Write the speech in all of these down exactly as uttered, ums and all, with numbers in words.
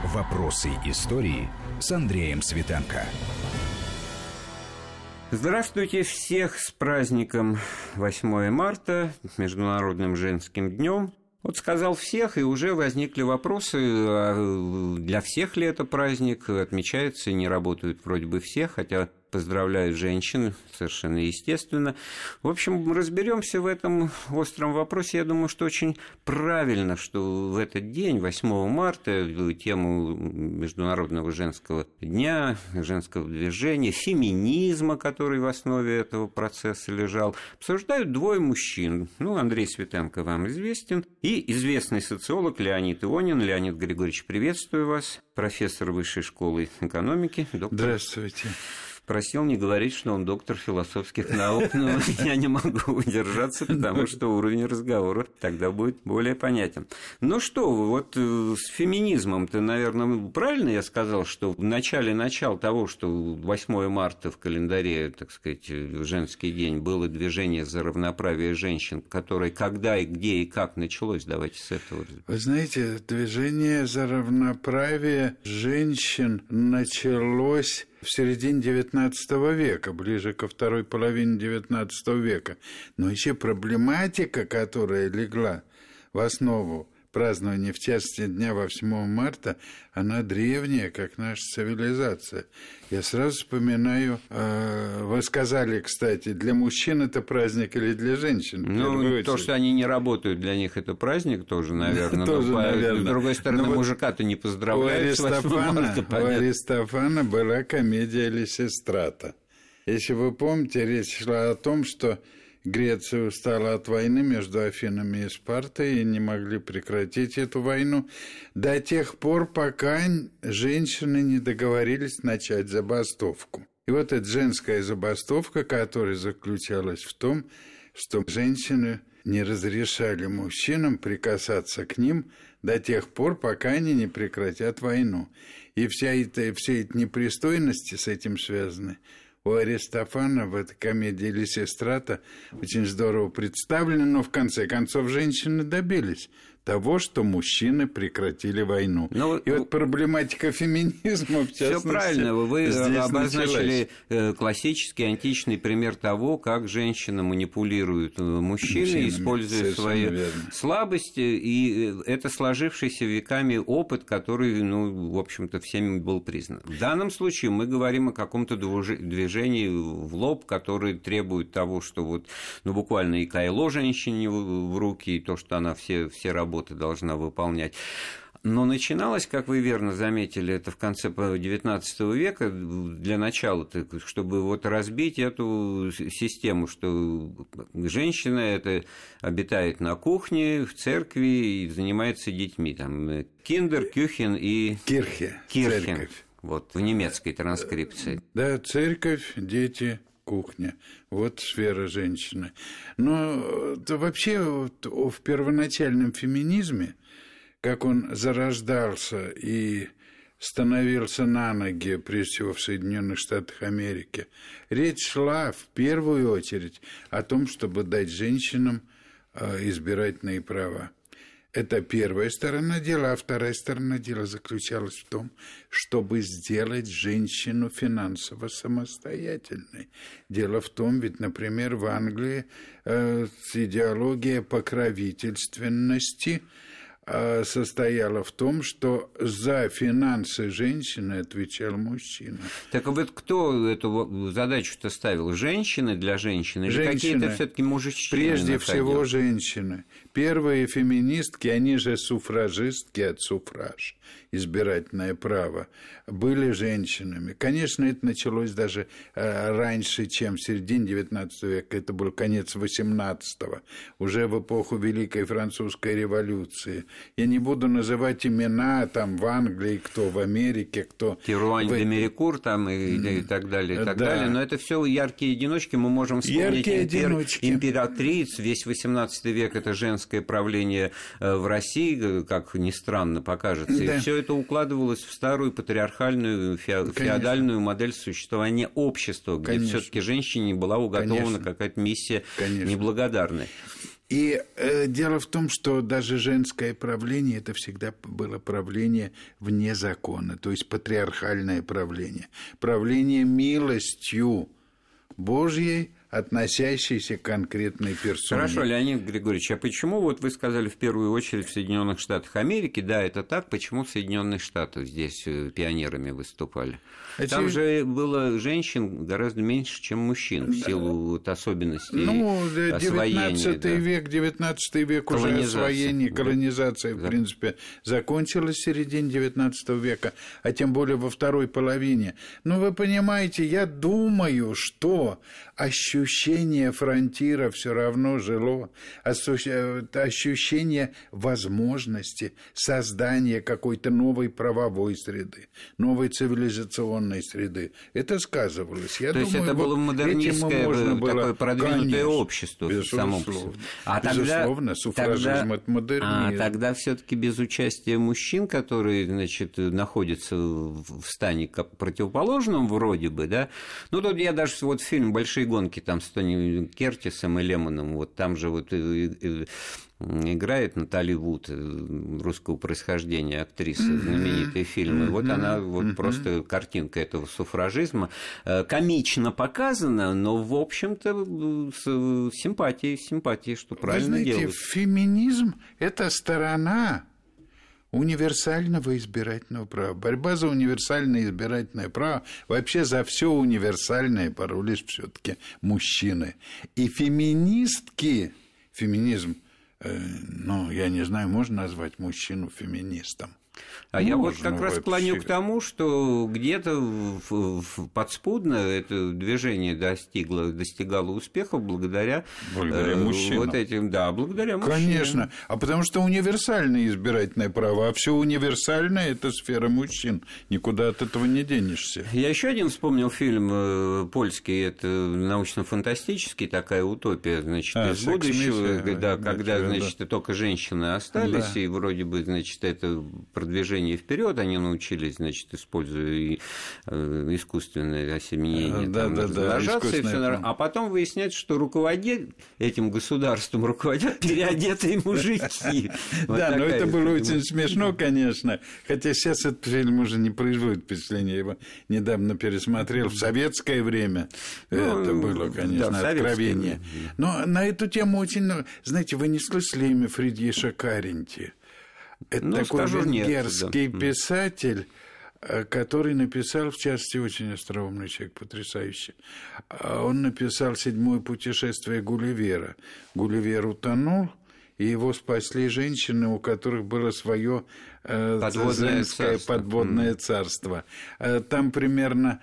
Вопросы истории с Андреем Светенко. Здравствуйте всех с праздником восьмое марта, Международным женским днем. Вот сказал всех, и уже возникли вопросы, для всех ли это праздник, отмечается, не работают вроде бы все, хотя поздравляют женщин, совершенно естественно. В общем, разберемся в этом остром вопросе. Я думаю, что очень правильно, что в этот день, восьмое марта, тему Международного женского дня, женского движения, феминизма, который в основе этого процесса лежал, обсуждают двое мужчин. Ну, Андрей Светенко вам известен, и известный социолог Леонид Ионин. Леонид Григорьевич, приветствую вас, профессор Высшей школы экономики. Доктор. Здравствуйте. Просил не говорить, что он доктор философских наук, но я не могу удержаться, потому что уровень разговора тогда будет более понятен. Ну что вы, вот с феминизмом-то, наверное, правильно я сказал, что в начале начала того, что восьмое марта в календаре, так сказать, женский день, было движение за равноправие женщин, которое когда и где и как началось? Давайте с этого. Вы знаете, движение за равноправие женщин началось в середине девятнадцатого века, ближе ко второй половине девятнадцатого века. Но еще проблематика, которая легла в основу празднования, в частности, дня восьмое марта, она древняя, как наша цивилизация. Я сразу вспоминаю, э, вы сказали, кстати, для мужчин это праздник или для женщин? Ну, то, что они не работают, для них это праздник тоже, наверное. Тоже, но, наверное. С другой стороны, но мужика-то не поздравляют с восьмое марта. У Аристофана была комедия «Лисистрата». Если вы помните, речь шла о том, что Греция устала от войны между Афинами и Спартой и не могли прекратить эту войну до тех пор, пока женщины не договорились начать забастовку. И вот эта женская забастовка, которая заключалась в том, что женщины не разрешали мужчинам прикасаться к ним до тех пор, пока они не прекратят войну. И вся эта, все эти непристойности с этим связаны. У Аристофана в этой комедии «Лисистрата» очень здорово представлено, но в конце концов женщины добились того, что мужчины прекратили войну. Но и вот проблематика феминизма, в частности, все правильно, вы обозначили началась. Классический античный пример того, как женщины манипулируют мужчиной, Мужчинами, используя свои верно. слабости, и это сложившийся веками опыт, который, ну, в общем-то, всеми был признан. В данном случае мы говорим о каком-то движении в лоб, которое требует того, что вот, ну, буквально и кайло женщине в руки, и то, что она все, все работы должна выполнять. Но начиналось, как вы верно заметили, это в конце девятнадцатого века, для начала, чтобы вот разбить эту систему, что женщина это обитает на кухне, в церкви и занимается детьми. Там киндер, кюхен и... Кирхе. Кирхен. Церковь. Вот, в немецкой транскрипции. Да, церковь, дети, кухня. Вот сфера женщины. Но вообще в первоначальном феминизме, как он зарождался и становился на ноги, прежде всего в Соединенных Штатах Америки, речь шла в первую очередь о том, чтобы дать женщинам избирательные права. Это первая сторона дела, а вторая сторона дела заключалась в том, чтобы сделать женщину финансово самостоятельной. Дело в том, ведь, например, в Англии э, идеология покровительственности э, состояла в том, что за финансы женщины отвечал мужчина. Так вот кто эту задачу-то ставил? Женщины для женщины? Или какие-то все-таки мужчины? Прежде находил? всего женщины. Первые феминистки, они же суфражистки от суфраж, избирательное право, были женщинами. Конечно, это началось даже э, раньше, чем в середине девятнадцатого века. Это был конец восемнадцатого, уже в эпоху Великой Французской революции. Я не буду называть имена там в Англии, кто в Америке, кто... Тируань в... де Мерикур там и, и так далее, и так да. далее. Но это все яркие одиночки. Мы можем вспомнить импер... императриц. Весь восемнадцатый век – это женское правление в России, как ни странно покажется. Да. И все это укладывалось в старую патриархальную фе... феодальную модель существования общества, где все-таки женщине была уготована Конечно. какая-то миссия Конечно. неблагодарная. И э, дело в том, что даже женское правление – это всегда было правление вне закона, то есть патриархальное правление. Правление милостью Божьей, относящейся к конкретной персоне. Хорошо, Леонид Григорьевич, а почему, вот вы сказали в первую очередь в Соединенных Штатах Америки, да, это так, почему в Соединенных Штатах здесь пионерами выступали? Это... Там же было женщин гораздо меньше, чем мужчин, в силу вот особенностей ну, освоения. девятнадцатый век, девятнадцатый век уже освоение, колонизация, да. в принципе, закончилась в середине девятнадцатого века, а тем более во второй половине. Но вы понимаете, я думаю, что ощущение фронтира все равно жило, ощущение возможности создания какой-то новой правовой среды, новой цивилизационной среды. Это сказывалось. Я То думаю, есть это вот было модернистское, можно было, такое продвинутое конечно, общество в самом себе. А Безусловно, тогда, суфражизм тогда, от модернизма. А тогда все-таки без участия мужчин, которые, значит, находятся в стане противоположном вроде бы, да, ну тут я даже вот фильм «Большие гонки» там с Тони Кертисом и Лемоном, вот там же вот играет Натали Вуд, русского происхождения, актриса, знаменитые фильмы. Вот она, вот просто картинка этого суфражизма. Комично показана, но, в общем-то, с симпатией, симпатией, что правильно делать. Вы знаете, феминизм – это сторона универсального избирательного права. Борьба за универсальное избирательное право, вообще за все универсальное порой все-таки мужчины. И феминистки, феминизм, э, ну, я не знаю, можно назвать мужчину феминистом? А Можно, я вот как раз вообще. клоню к тому, что где-то в, в подспудно это движение достигло, достигало успехов благодаря, благодаря э, мужчинам. Вот этим, да, благодаря мужчинам. Конечно, а потому что универсальное избирательное право, а все универсальное – это сфера мужчин, никуда от этого не денешься. Я еще один вспомнил фильм э, польский, это научно-фантастический, такая утопия, значит, а, из будущего, да, когда, значит, да. только женщины остались, да. и вроде бы, значит, это продвижение вперед, они научились, значит, используя и, э, искусственное осеменение, да, там, да, размножаться, да, и всё, а потом выясняется, что руководят этим государством, руководят переодетые мужики. Да, но это было очень смешно, конечно, хотя сейчас этот фильм уже не производит впечатления, я его недавно пересмотрел в советское время, это было, конечно, откровение. Но на эту тему очень, знаете, вы не слышали имя Фридриша Каренти? Это ну, такой венгерский нет, да. писатель, который написал, в частности, очень остроумный человек, потрясающий. Он написал «Седьмое путешествие Гулливера». Гулливер утонул, и его спасли женщины, у которых было свое подводное царство. подводное царство. Там примерно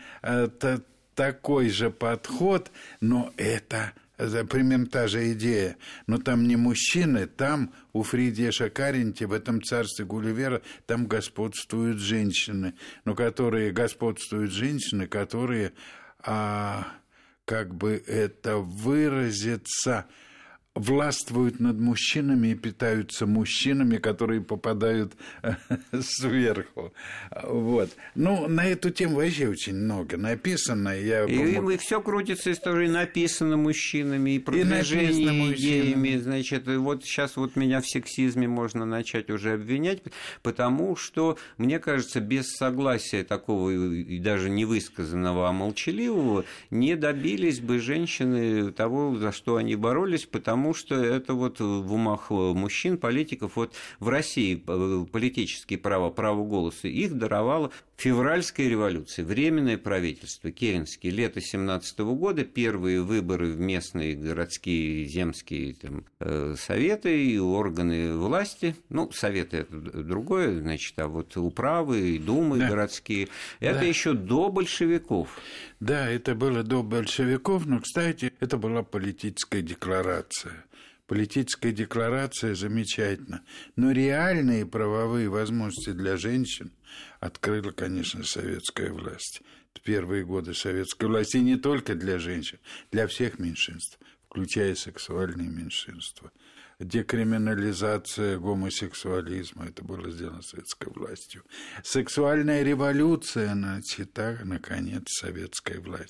такой же подход, но это... примерно та же идея, но там не мужчины, там у Фридриша Каренти в этом царстве Гулливера там господствуют женщины, но которые господствуют женщины, которые, а, как бы это выразиться, властвуют над мужчинами и питаются мужчинами, которые попадают сверху. Вот. Ну, на эту тему вообще очень много написано. Я и помог... все крутится история, написано мужчинами, и продвижение идеями. Значит, и вот сейчас вот меня в сексизме можно начать уже обвинять, потому что, мне кажется, без согласия такого и даже невысказанного, а молчаливого не добились бы женщины того, за что они боролись, потому Потому что это вот в умах мужчин, политиков, вот в России политические права, право голоса, их даровала февральская революция, временное правительство, Керенский, лето семнадцатого года, первые выборы в местные городские, земские там, советы и органы власти, ну, советы это другое, значит, а вот управы и думы да. городские, это да. еще до большевиков. Да, это было до большевиков, но, кстати, это была политическая декларация. Политическая декларация замечательна. Но реальные правовые возможности для женщин открыла, конечно, советская власть. В первые годы советской власти и не только для женщин, для всех меньшинств, включая сексуальные меньшинства. Декриминализация гомосексуализма, это было сделано советской властью. Сексуальная революция начата, наконец, советской властью.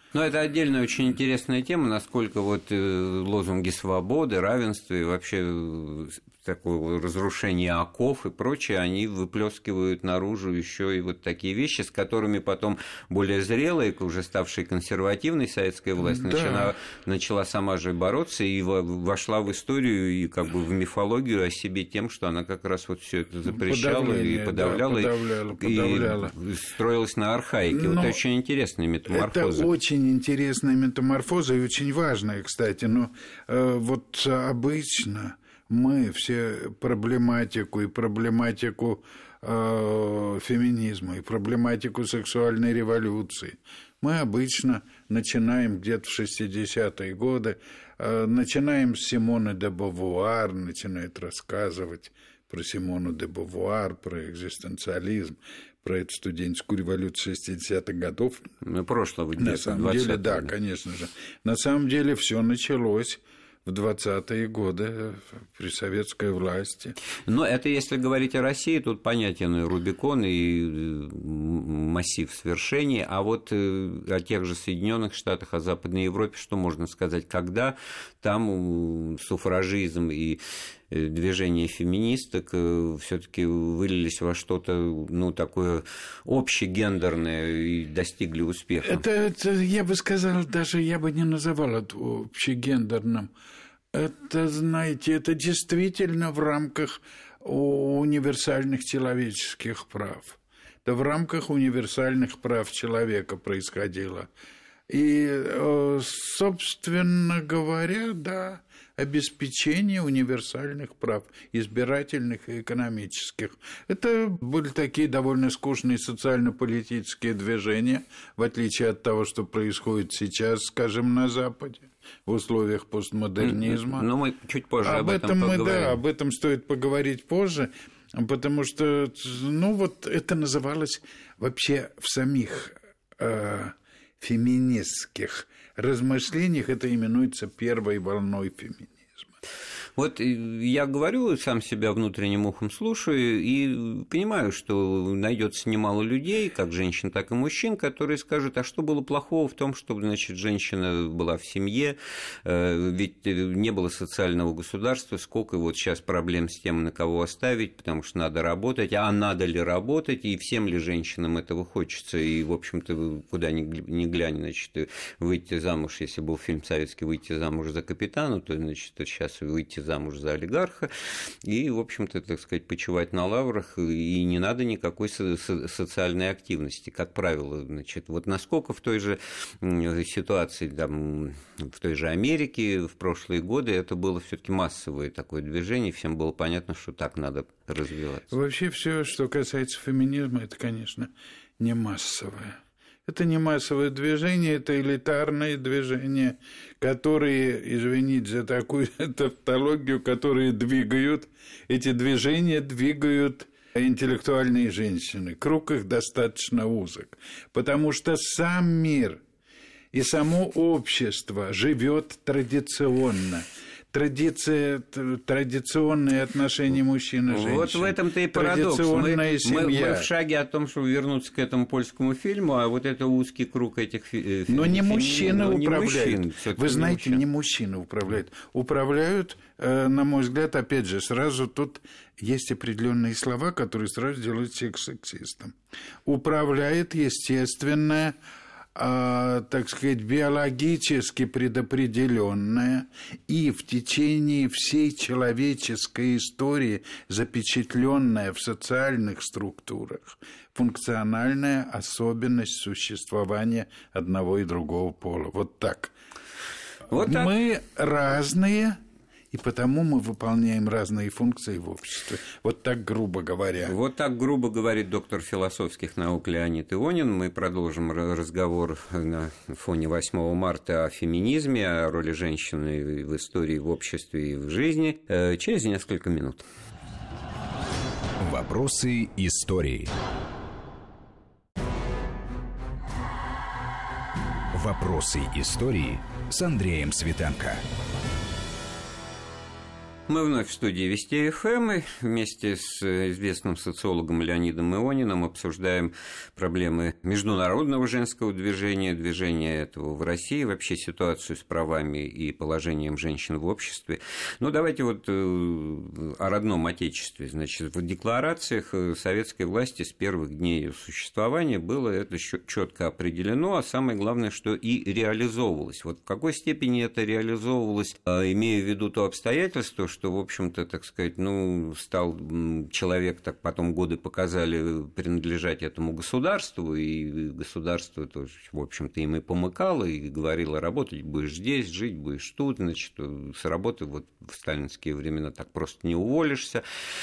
Но это отдельная очень интересная тема, насколько вот лозунги свободы, равенства и вообще такое разрушение оков и прочее, они выплескивают наружу еще и вот такие вещи, с которыми потом более зрелая, уже ставшая консервативной советская власть да. начала, начала сама же бороться и вошла в историю и как бы в мифологию о себе тем, что она как раз вот все это запрещала Подавление, и подавляла, да, подавляла, и, подавляла. и строилась на архаике. Но вот очень интересная метаморфоза. Это очень интересная метаморфоза и очень важная, кстати. Но э, вот обычно мы все проблематику и проблематику э, феминизма, и проблематику сексуальной революции мы обычно начинаем где-то в шестидесятые годы, э, начинаем с Симоны де Бовуар, начинает рассказывать про Симону де Бовуар, про экзистенциализм, про эту студенческую революцию шестидесятых годов. Ну, прошлого века. На самом деле, да, конечно же. На самом деле все началось в двадцатые годы при советской власти. Но это если говорить о России, тут понятен и Рубикон, и массив свершений. А вот о тех же Соединенных Штатах, о Западной Европе, что можно сказать, когда там суфражизм и движение феминисток все-таки вылились во что-то, ну, такое общегендерное и достигли успеха? Это, это, я бы сказал, даже я бы не называл это общегендерным. Это, знаете, это действительно в рамках универсальных человеческих прав. Это в рамках универсальных прав человека происходило. И, собственно говоря, да, обеспечение универсальных прав, избирательных и экономических. Это были такие довольно скучные социально-политические движения, в отличие от того, что происходит сейчас, скажем, на Западе, в условиях постмодернизма. Но мы чуть позже об, об этом, этом мы, поговорим. Да, об этом стоит поговорить позже, потому что, ну, вот это называлось вообще в самих э, феминистских размышлениях, это именуется первой волной феминизма. Вот я говорю, сам себя внутренним ухом слушаю и понимаю, что найдется немало людей, как женщин, так и мужчин, которые скажут, а что было плохого в том, чтобы, значит, женщина была в семье, ведь не было социального государства, сколько вот сейчас проблем с тем, на кого оставить, потому что надо работать, а надо ли работать, и всем ли женщинам этого хочется, и, в общем-то, куда ни глянь, значит, выйти замуж, если был фильм советский «Выйти замуж за капитана», то, значит, сейчас выйти замуж за олигарха и, в общем-то, так сказать, почивать на лаврах, и не надо никакой со- со- социальной активности, как правило. Значит, вот насколько в той же ситуации, там, в той же Америке в прошлые годы это было все-таки массовое такое движение, всем было понятно, что так надо развиваться. Вообще все, что касается феминизма, это, конечно, не массовое. Это не массовое движение, это элитарное движение, которые, извините за такую тавтологию, которые двигают, эти движения двигают интеллектуальные женщины. Круг их достаточно узок, потому что сам мир и само общество живет традиционно. Традиция, традиционные отношения мужчин и женщин. Вот в этом-то и парадокс. Мы, мы, мы в шаге о том, чтобы вернуться к этому польскому фильму, а вот это узкий круг этих фильмов. Но не мужчины но управляют. Не мужчин, Вы знаете, не, не мужчины управляют. Управляют, на мой взгляд, опять же, сразу тут есть определенные слова, которые сразу делают всех сексистом. Управляет естественное, так сказать, биологически предопределенное и в течение всей человеческой истории запечатленная в социальных структурах функциональная особенность существования одного и другого пола. Вот так. Вот так. Мы разные, и потому мы выполняем разные функции в обществе. Вот так грубо говоря. Вот так грубо говорит доктор философских наук Леонид Ионин. Мы продолжим разговор на фоне восьмого марта о феминизме, о роли женщины в истории, в обществе и в жизни через несколько минут. Вопросы истории. Вопросы истории с Андреем Светенко. Мы вновь в студии Вести ФМ и вместе с известным социологом Леонидом Иониным обсуждаем проблемы международного женского движения, движения этого в России, вообще ситуацию с правами и положением женщин в обществе. Ну, давайте вот о родном отечестве. Значит, в декларациях советской власти с первых дней ее существования было это четко определено, а самое главное, что и реализовывалось. Вот в какой степени это реализовывалось, имея в виду то обстоятельство, что, в общем-то, так сказать, ну, стал человек, так потом годы показали, принадлежать этому государству, и государство тоже, в общем-то, им и помыкало, и говорило: работать будешь здесь, жить будешь тут, значит, с работы вот в сталинские времена так просто не уволишься.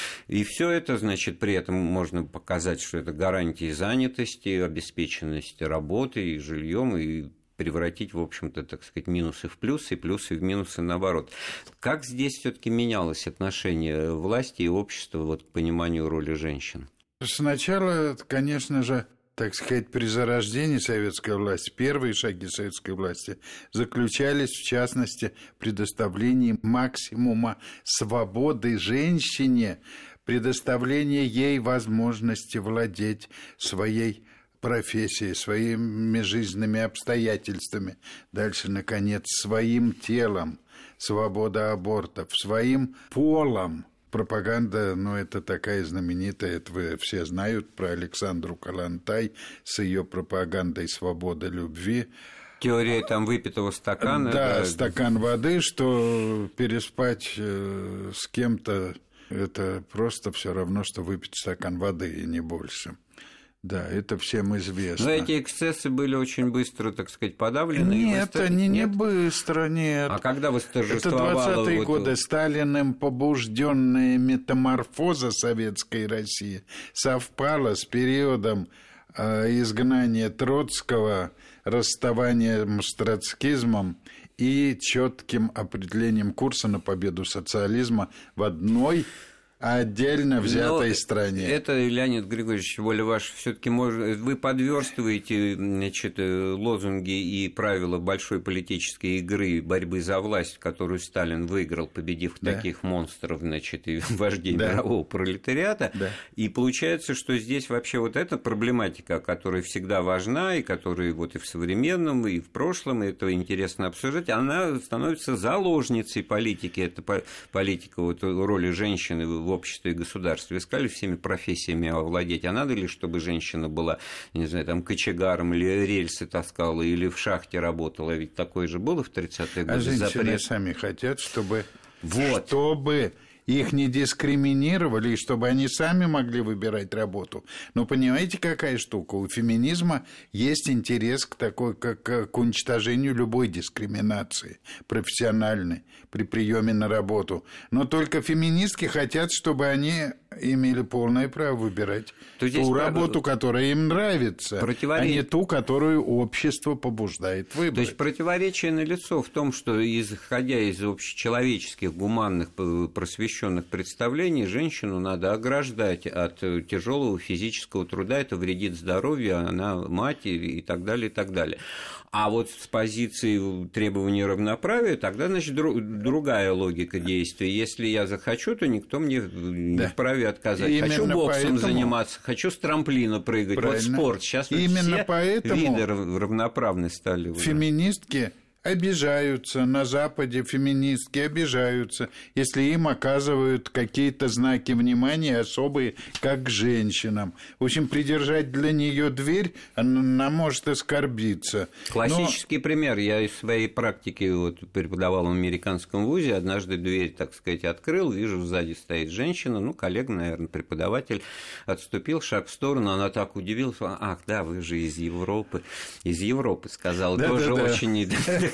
И все это, значит, при этом можно показать, что это гарантии занятости, обеспеченности работой и жильем, и превратить, в общем-то, так сказать, минусы в плюсы, и плюсы в минусы наоборот. Как здесь все-таки менялось отношение власти и общества вот, к пониманию роли женщин? Сначала, конечно же, так сказать, при зарождении советской власти, первые шаги советской власти заключались, в частности, в предоставлении максимума свободы женщине, предоставление ей возможности владеть своей профессией, своими жизненными обстоятельствами, дальше, наконец, своим телом, свобода абортов, своим полом. Пропаганда, ну, это такая знаменитая, это вы все знают про Александру Калантай с ее пропагандой свободы любви. Теория там выпитого стакана. Да, да, стакан воды, что переспать э, с кем-то, это просто все равно, что выпить стакан воды, и не больше. Да, это всем известно. Но эти эксцессы были очень быстро, так сказать, подавлены. Нет, восстав... они нет? не быстро, нет. А когда восторжествовала... Это двадцатые вот... годы. Сталиным побужденная метаморфоза советской России совпала с периодом э, изгнания Троцкого, расставания с троцкизмом и четким определением курса на победу социализма в одной отдельно взятой Но стране. Это, Леонид Григорьевич, воля ваша, все-таки вы подверстываете, значит, лозунги и правила большой политической игры, борьбы за власть, которую Сталин выиграл, победив да. таких монстров, значит, и вождей да. мирового пролетариата. Да. И получается, что здесь вообще вот эта проблематика, которая всегда важна, и которая вот и в современном, и в прошлом, и это интересно обсуждать, она становится заложницей политики. Это политика вот, роли женщины в обществе и государстве. Искали всеми профессиями овладеть. А надо ли, чтобы женщина была, не знаю, там, кочегаром, или рельсы таскала, или в шахте работала? Ведь такое же было в тридцатые годы. А женщины запрет. Сами хотят, чтобы... Вот. Чтобы... их не дискриминировали, и чтобы они сами могли выбирать работу. Но понимаете, какая штука? У феминизма есть интерес к такой, как, к уничтожению любой дискриминации профессиональной при приеме на работу. Но только феминистки хотят, чтобы они имели полное право выбирать ту про... работу, которая им нравится, Противоречие... а не ту, которую общество побуждает выбрать. То есть противоречие налицо в том, что, исходя из общечеловеческих, гуманных, просвещенных представлений, женщину надо ограждать от тяжелого физического труда, это вредит здоровью, она мать и так далее, и так далее. А вот с позиции требования равноправия, тогда, значит, другая логика действия. Если я захочу, то никто мне да. не вправе отказать. Именно хочу боксом поэтому... заниматься, хочу с трамплина прыгать. Правильно. Вот спорт. Сейчас Именно все поэтому виды равноправны стали. Уже. Феминистки обижаются, на Западе феминистки обижаются, если им оказывают какие-то знаки внимания особые, как к женщинам. В общем, придержать для нее дверь, она может оскорбиться. Классический Но... пример. Я из своей практики вот, преподавал в американском вузе, однажды дверь, так сказать, открыл, вижу, сзади стоит женщина, ну, коллега, наверное, преподаватель, отступил шаг в сторону, она так удивилась, ах, да, вы же из Европы, из Европы, сказала, да, тоже да, очень... Да.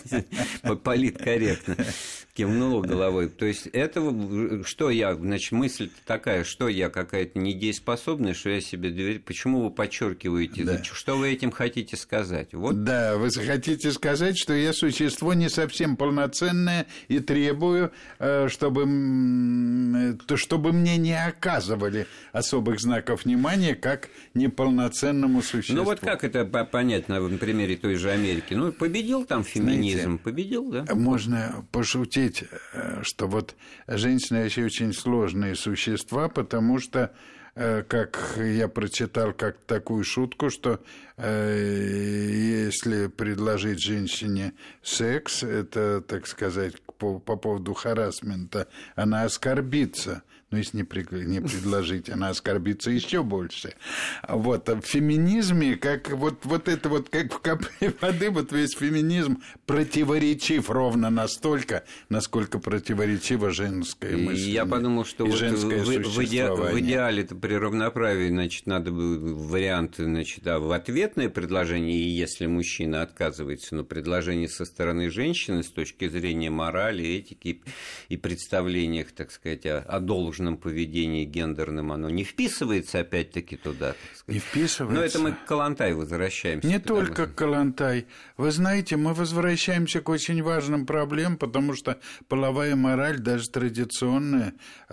Политкорректно кивнула головой. То есть это что я, значит, мысль такая, что я какая-то недееспособная, что я себе доверяю. Почему вы подчеркиваете? Да. Что вы этим хотите сказать? Вот. Да, вы хотите сказать, что я существо не совсем полноценное и требую, чтобы, чтобы мне не оказывали особых знаков внимания как неполноценному существу. Ну вот как это понять на примере той же Америки? Ну победил там феминизм Знаете, победил, да? Можно пошутить, что вот женщины вообще очень сложные существа, потому что, как я прочитал как такую шутку, что если предложить женщине секс, это, так сказать, по, по поводу харассмента, она оскорбится. Но если не, при, не предложить, она оскорбится еще больше. Вот. А в феминизме, как вот, вот это вот, как в капле воды, вот весь феминизм противоречив ровно настолько, насколько противоречиво женское мышление. Я подумал, что вот в, в, иде, в идеале-то при равноправии, значит, надо бы варианты, значит, да, в ответное предложение, и если мужчина отказывается, но предложение со стороны женщины с точки зрения морали, этики и представлениях, так сказать, о, о должности поведении гендерном, оно не вписывается опять-таки туда, так сказать. Не вписывается. Но это мы к Калантай возвращаемся. Не только к Калантай. Вы знаете, мы возвращаемся к очень важным проблемам, потому что половая мораль, даже традиционная,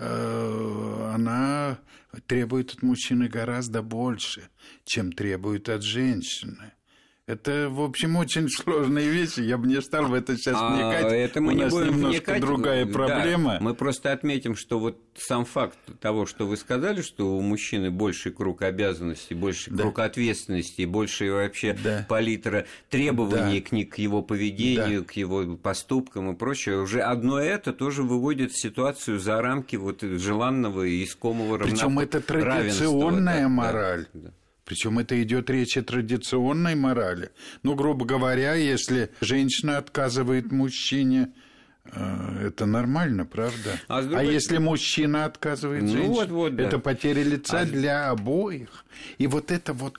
она требует от мужчины гораздо больше, чем требует от женщины. Это, в общем, очень сложные вещи. Я бы не стал в это сейчас вникать. А, это мы У не нас будем немножко вникать. другая проблема. Да, мы просто отметим, что вот сам факт того, что вы сказали, что у мужчины больший круг обязанностей, больший да. круг ответственности, больше вообще да. палитра требований да. к, к его поведению, да. к его поступкам и прочее, уже одно это тоже выводит ситуацию за рамки вот желанного и искомого равенства. Причем это традиционная да, мораль. Да, да. Причем это идет речь о традиционной морали. Ну, грубо говоря, если женщина отказывает мужчине, это нормально, правда? А, другой... а если мужчина отказывает ну, женщине, вот, вот, да. это потеря лица а... для обоих. И вот это вот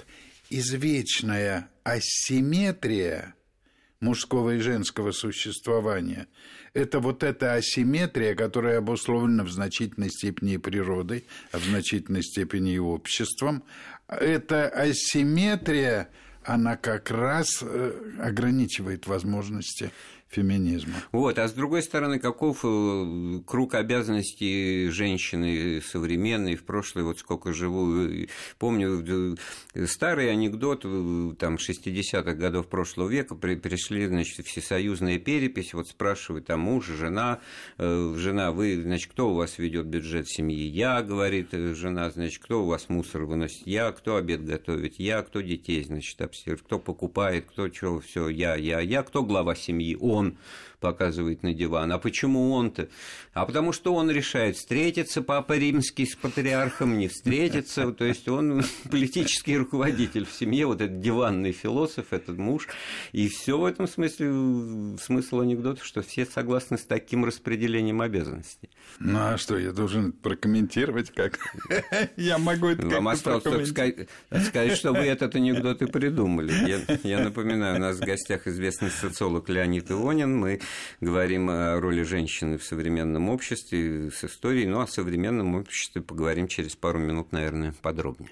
извечная асимметрия мужского и женского существования, это вот эта асимметрия, которая обусловлена в значительной степени природой, а в значительной степени и обществом. Эта асимметрия, она как раз ограничивает возможности феминизма. Вот, а с другой стороны, каков круг обязанностей женщины современной, в прошлое, вот сколько живу, помню старый анекдот, там, шестидесятых годов прошлого века, пришли, значит, всесоюзная перепись, вот спрашивают, там, муж, жена, жена, вы, значит, кто у вас ведет бюджет семьи? Я, говорит жена, значит, кто у вас мусор выносит? Я, кто обед готовит? Я, кто детей, значит, обстирывает? Кто покупает? Кто что, все, я, я, я, кто глава семьи? Он. Он показывает на диван. А почему он-то? А потому что он решает, встретиться Папа Римский с патриархом, не встретиться. То есть он политический руководитель в семье, вот этот диванный философ, этот муж. И все в этом смысле, смысл анекдота, что все согласны с таким распределением обязанностей. Ну а что, я должен прокомментировать как? Я могу это как-то Вам осталось только сказать, сказать, что вы этот анекдот и придумали. Я, я напоминаю, у нас в гостях известный социолог Леонид Ионин. Мы говорим о роли женщины в современном обществе, с историей, ну, о современном обществе поговорим через пару минут, наверное, подробнее.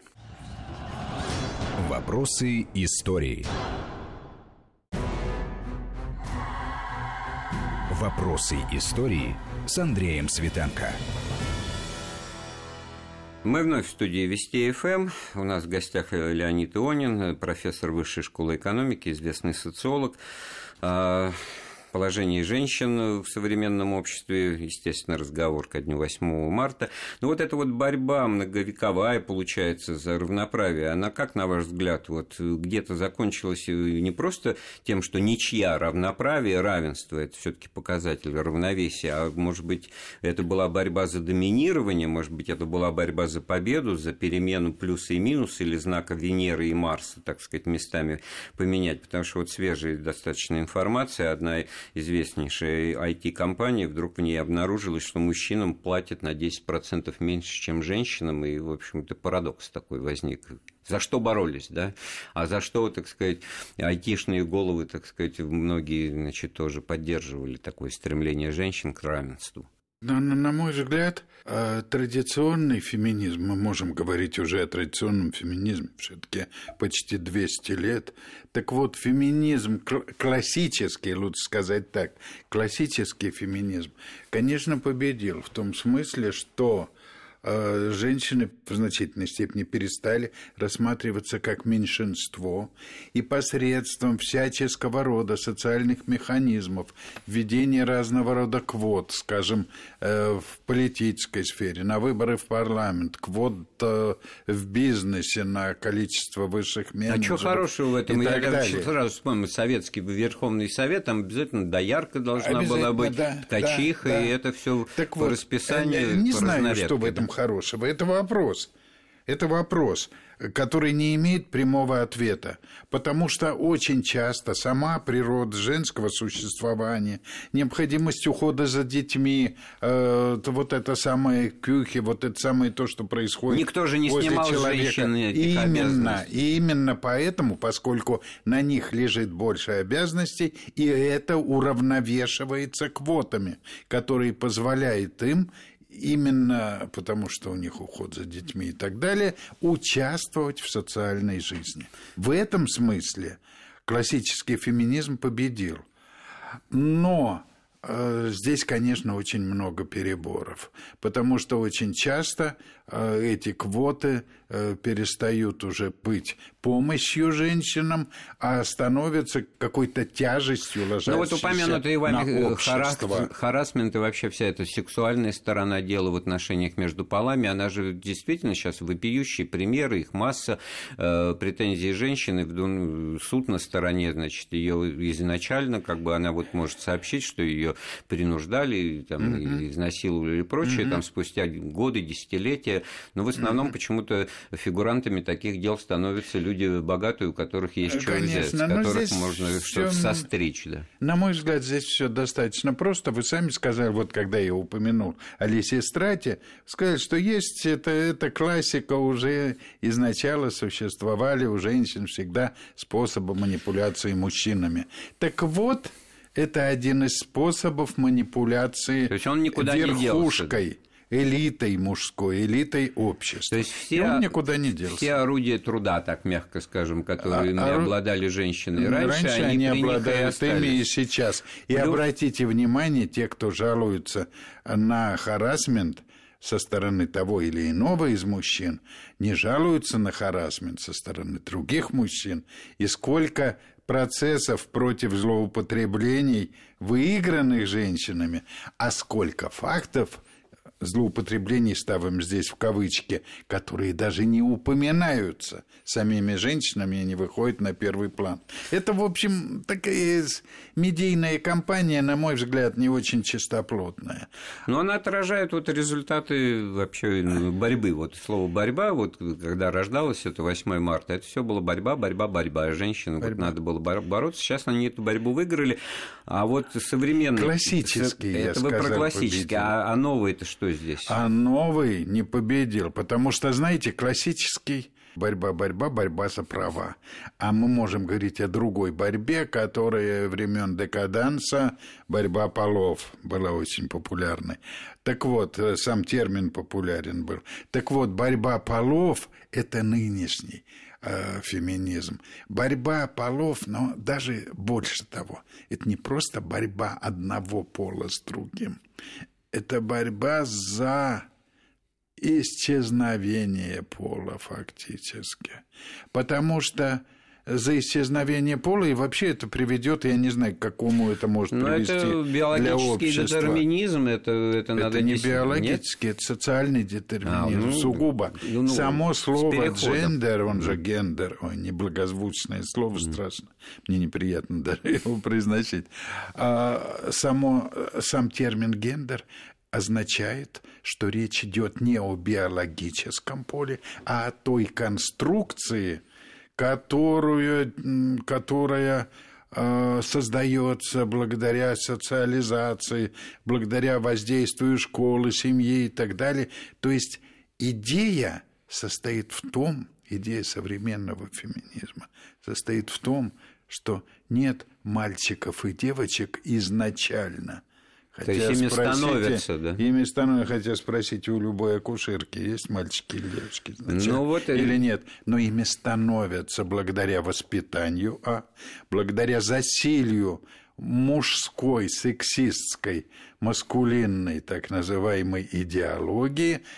Вопросы истории. Вопросы истории с Андреем Светенко. Мы вновь в студии Вести ФМ. У нас в гостях Леонид Ионин, профессор Высшей школы экономики, известный социолог. Положение женщин в современном обществе, естественно, разговор ко дню восьмого марта. Но вот эта вот борьба многовековая, получается, за равноправие, она как, на ваш взгляд, вот где-то закончилась не просто тем, что ничья равноправие, равенство, это все-таки показатель равновесия, а может быть, это была борьба за доминирование, может быть, это была борьба за победу, за перемену плюса и минуса или знака Венеры и Марса, так сказать, местами поменять, потому что вот свежая достаточно информация, одна известнейшая ай ти-компания, вдруг в ней обнаружилось, что мужчинам платят на десять процентов меньше, чем женщинам, и, в общем-то, парадокс такой возник. За что боролись, да? А за что, так сказать, айтишные головы, так сказать, многие, значит, тоже поддерживали такое стремление женщин к равенству? Но, на мой взгляд, традиционный феминизм, мы можем говорить уже о традиционном феминизме, все-таки почти двести лет. Так вот, феминизм классический, лучше сказать так, классический феминизм, конечно, победил в том смысле, что женщины в значительной степени перестали рассматриваться как меньшинство, и посредством всяческого рода социальных механизмов, введения разного рода квот, скажем, в политической сфере, на выборы в парламент, квот в бизнесе на количество высших менеджеров. А что хорошего в этом? И Я так далее. сразу вспомнил Советский Верховный Совет, там обязательно доярка должна была быть, да, ткачиха, да, и да. это все так по вот, расписанию. Не по знаю, что в да? этом хорошего. Это вопрос. Это вопрос, который не имеет прямого ответа, потому что очень часто сама природа женского существования, необходимость ухода за детьми, э, вот это самое кюхи, вот это самое то, что происходит. Никто же не возле снимал человека. женщины этих именно, обязанностей. И именно поэтому, поскольку на них лежит больше обязанностей, и это уравновешивается квотами, которые позволяют им именно потому, что у них уход за детьми и так далее, участвовать в социальной жизни. В этом смысле классический феминизм победил. Но э, здесь, конечно, очень много переборов, потому что очень часто э, эти квоты э, перестают уже быть помощью женщинам, а становятся какой-то тяжестью, ложащейся ну, вот упомянутый вами на общество. харассмент и вообще вся эта сексуальная сторона дела в отношениях между полами, она же действительно сейчас вопиющий пример, их масса, э, претензий женщины, в суд на стороне, значит, ее изначально, как бы она вот может сообщить, что ее принуждали, там, mm-hmm. изнасиловали и прочее, mm-hmm. там, спустя годы, десятилетия, но в основном mm-hmm. почему-то фигурантами таких дел становятся люди богатые, у которых есть что взять, с которых можно что-то состричь. Да. На мой взгляд, здесь все достаточно просто. Вы сами сказали, вот когда я упомянул о Лисистрате, сказали, что есть это, это классика, уже изначально существовали у женщин всегда способы манипуляции мужчинами. Так вот, это один из способов манипуляции. То есть он никуда верхушкой. Не делся. Элитой мужской, элитой общества. То есть все, он никуда не делся. Все орудия труда, так мягко скажем, которые а, обладали женщины раньше, раньше они, они обладают и ими и сейчас. И Плюс... обратите внимание, те, кто жалуются на харассмент со стороны того или иного из мужчин, не жалуются на харассмент со стороны других мужчин. И сколько процессов против злоупотреблений, выигранных женщинами, а сколько фактов злоупотреблений, ставим здесь в кавычки, которые даже не упоминаются самими женщинами и не выходят на первый план. Это, в общем, такая медийная кампания, на мой взгляд, не очень чистоплотная. Но она отражает вот результаты вообще борьбы. Вот слово «борьба», вот когда рождалось это восьмое марта, это все было борьба, борьба, борьба. Женщинам вот надо было бороться. Сейчас они эту борьбу выиграли. А вот современный... Классический, я это сказал, вы про классический. А, а новый это что здесь? А новый не победил, потому что, знаете, классический борьба, борьба, борьба за права. А мы можем говорить о другой борьбе, которая времен декаданса, борьба полов была очень популярной. Так вот, сам термин популярен был. Так вот, борьба полов – это нынешний э, феминизм. Борьба полов, но даже больше того, это не просто борьба одного пола с другим. Это борьба за исчезновение пола фактически. Потому что за исчезновение пола, и вообще это приведет, я не знаю, к какому это может Но привести это биологический детерминизм, это, это, это надо... Это не нести. биологический, Нет? это социальный детерминизм, а, ну, сугубо. Ну, ну, Само слово «джендер», он же «гендер», ой, неблагозвучное слово, mm. страшно, мне неприятно даже его произносить. А, само, сам термин «гендер» означает, что речь идет не о биологическом поле, а о той конструкции, которую, которая э, создается благодаря социализации, благодаря воздействию школы, семьи и так далее. То есть идея состоит в том, идея современного феминизма состоит в том, что нет мальчиков и девочек изначально. Хотя То есть ими становятся, да? Ими становятся, хотя спросите у любой акушерки, есть мальчики или девочки ну, вот или и... нет. Но ими становятся благодаря воспитанию, а благодаря засилью мужской, сексистской, маскулинной, так называемой идеологии,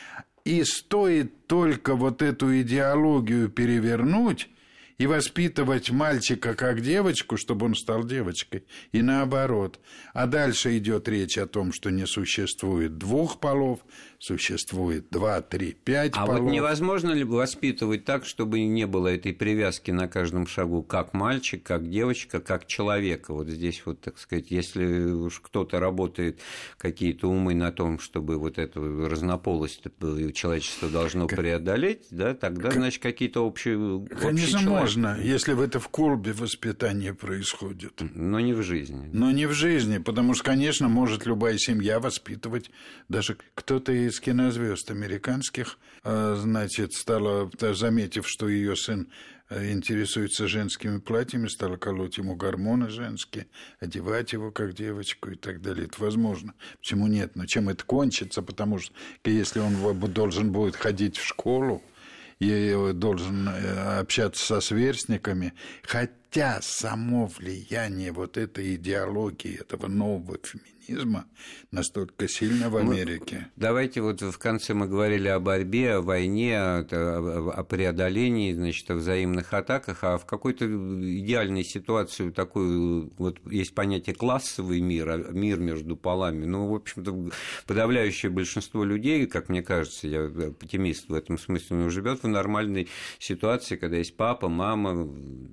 И стоит только вот эту идеологию перевернуть и воспитывать мальчика как девочку, чтобы он стал девочкой, и наоборот. А дальше идет речь о том, что не существует двух полов, существует два, три, пять а полов. А вот невозможно ли воспитывать так, чтобы не было этой привязки на каждом шагу, как мальчик, как девочка, как человека? Вот здесь вот, так сказать, если уж кто-то работает, какие-то умы на том, чтобы вот эту разнополость человечество должно преодолеть, да, тогда, значит, какие-то общие... Конечно, можно, если в это в клубе воспитание происходит. Но не в жизни. Но не в жизни, потому что, конечно, может любая семья воспитывать. Даже кто-то из кинозвезд американских, значит, стала, заметив, что ее сын интересуется женскими платьями, стала колоть ему гормоны женские, одевать его как девочку и так далее. Это возможно. Почему нет? Но чем это кончится? Потому что если он должен будет ходить в школу, и должен общаться со сверстниками, хотя само влияние вот этой идеологии, этого нового феминизма настолько сильно в Америке. Мы, давайте вот в конце мы говорили о борьбе, о войне, о, о преодолении, значит, о взаимных атаках, а в какой-то идеальной ситуации такой вот есть понятие классовый мир, мир между полами. Ну, в общем-то, подавляющее большинство людей, как мне кажется, я оптимист в этом смысле, живет в нормальной ситуации, когда есть папа, мама,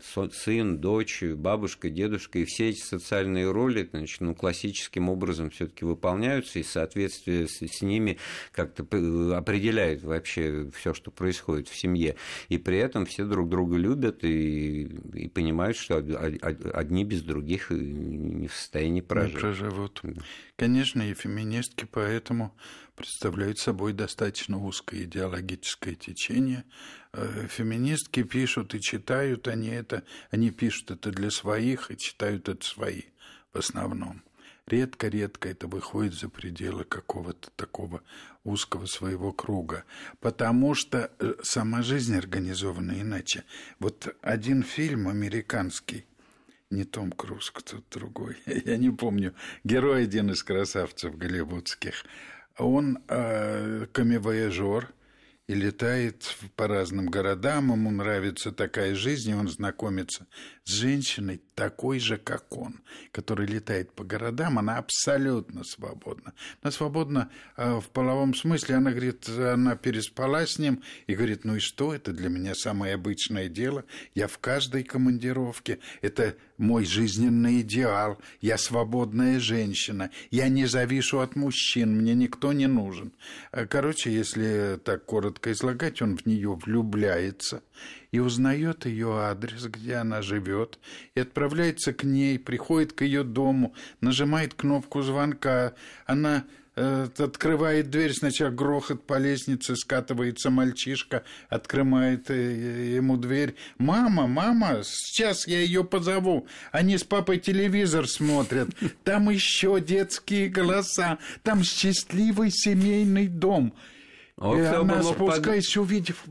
сын, дочь, бабушка, дедушка, и все эти социальные роли, значит, ну, классическим образом все-таки выполняются, и соответствие с, с ними как-то определяет вообще все, что происходит в семье. И при этом все друг друга любят и, и понимают, что одни без других не в состоянии прожить. Не проживут. Конечно, и феминистки поэтому представляют собой достаточно узкое идеологическое течение. Феминистки пишут и читают они это, они пишут это для своих и читают это свои в основном. Редко-редко это выходит за пределы какого-то такого узкого своего круга, потому что сама жизнь организована иначе. Вот один фильм американский, не Том Круз, кто-то другой, я не помню, герой один из красавцев голливудских, он э, камевояжер, и летает по разным городам, ему нравится такая жизнь, и он знакомится с женщиной такой же, как он, которая летает по городам, она абсолютно свободна. Она свободна э, в половом смысле, она говорит, она переспала с ним, и говорит, ну и что, это для меня самое обычное дело, я в каждой командировке, это мой жизненный идеал, я свободная женщина, я не завишу от мужчин, мне никто не нужен. Короче, если так коротко излагать, он в нее влюбляется и узнает ее адрес, где она живет, и отправляется к ней, приходит к ее дому, нажимает кнопку звонка, она э, открывает дверь, сначала грохот по лестнице, скатывается мальчишка, открывает э, ему дверь. «Мама, мама, сейчас я ее позову». Они с папой телевизор смотрят, там еще детские голоса, там счастливый семейный дом. Вот и она, спускаясь, под... увидев,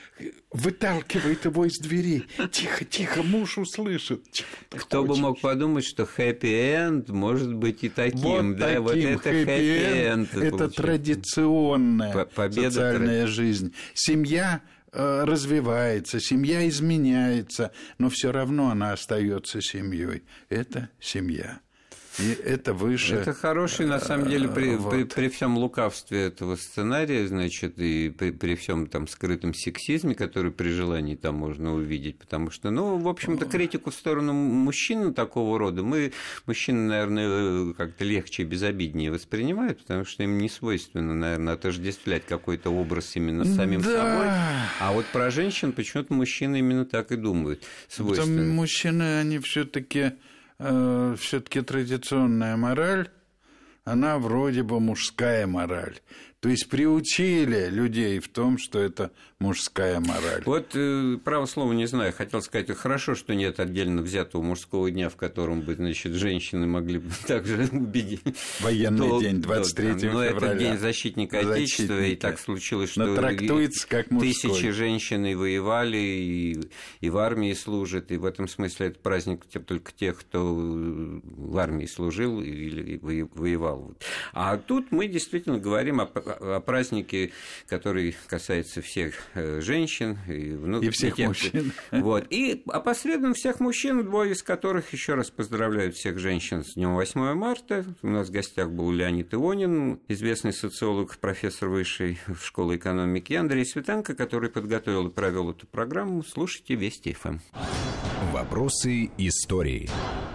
выталкивает его из двери. Тихо, тихо, муж услышит. Кто хочешь? Бы мог подумать, что хэппи-энд может быть и таким. Вот да? таким. Вот это хэппи-энд. хэппи-энд это традиционная Победа социальная тр... жизнь. Семья э, развивается, семья изменяется, но все равно она остается семьей. Это семья. И это выше. Это хороший, на самом деле, при, вот. при, при всем лукавстве этого сценария, значит, и при, при всем там скрытом сексизме, который при желании там можно увидеть, потому что, ну, в общем-то, критику в сторону мужчин такого рода мы, мужчины, наверное, как-то легче и безобиднее воспринимают, потому что им не свойственно, наверное, отождествлять какой-то образ именно с самим да. собой. А вот про женщин почему-то мужчины именно так и думают. Свойственно. Потому мужчины, они все-таки все-таки традиционная мораль, она вроде бы мужская мораль. То есть приучили людей в том, что это мужская мораль. Вот, э, право слова не знаю, хотел сказать, хорошо, что нет отдельно взятого мужского дня, в котором бы, значит, женщины могли бы также убедить. Военный то, день, двадцать третьего но февраля. Но это день защитника Отечества, и так случилось, что но трактуется как мужской. Тысячи женщин и воевали, и, и в армии служат, и в этом смысле это праздник только тех, кто в армии служил или воевал. А тут мы действительно говорим о о празднике, который касается всех женщин и, ну, и всех тех, мужчин. Вот. И опосредованно всех мужчин, двое из которых еще раз поздравляют всех женщин с днем восьмое марта. У нас в гостях был Леонид Ионин, известный социолог, профессор высшей школы экономики, и Андрей Светенко, который подготовил и провел эту программу. Слушайте Вести эф эм. Вопросы истории.